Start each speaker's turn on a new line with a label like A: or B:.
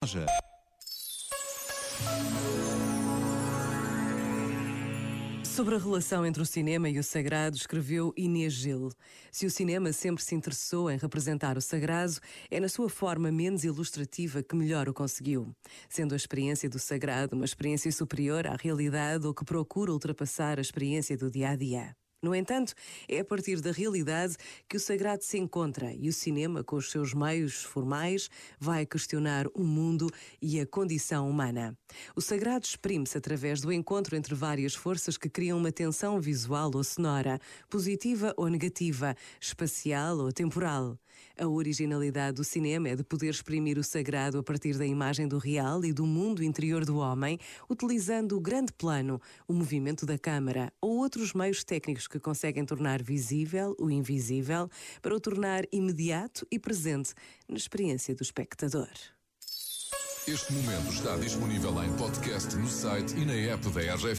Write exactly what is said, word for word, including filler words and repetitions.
A: loja.
B: Sobre a relação entre o cinema e o sagrado, escreveu Inês Gil. Se o cinema sempre se interessou em representar o sagrado, é na sua forma menos ilustrativa que melhor o conseguiu, sendo a experiência do sagrado uma experiência superior à realidade ou que procura ultrapassar a experiência do dia-a-dia. No entanto, é a partir da realidade que o sagrado se encontra e o cinema, com os seus meios formais, vai questionar o mundo e a condição humana. O sagrado exprime-se através do encontro entre várias forças que criam uma tensão visual ou sonora, positiva ou negativa, espacial ou temporal. A originalidade do cinema é de poder exprimir o sagrado a partir da imagem do real e do mundo interior do homem, utilizando o grande plano, o movimento da câmara ou outros meios técnicos que conseguem tornar visível o invisível para o tornar imediato e presente na experiência do espectador.
C: Este momento está disponível em podcast no site e na app da R G F.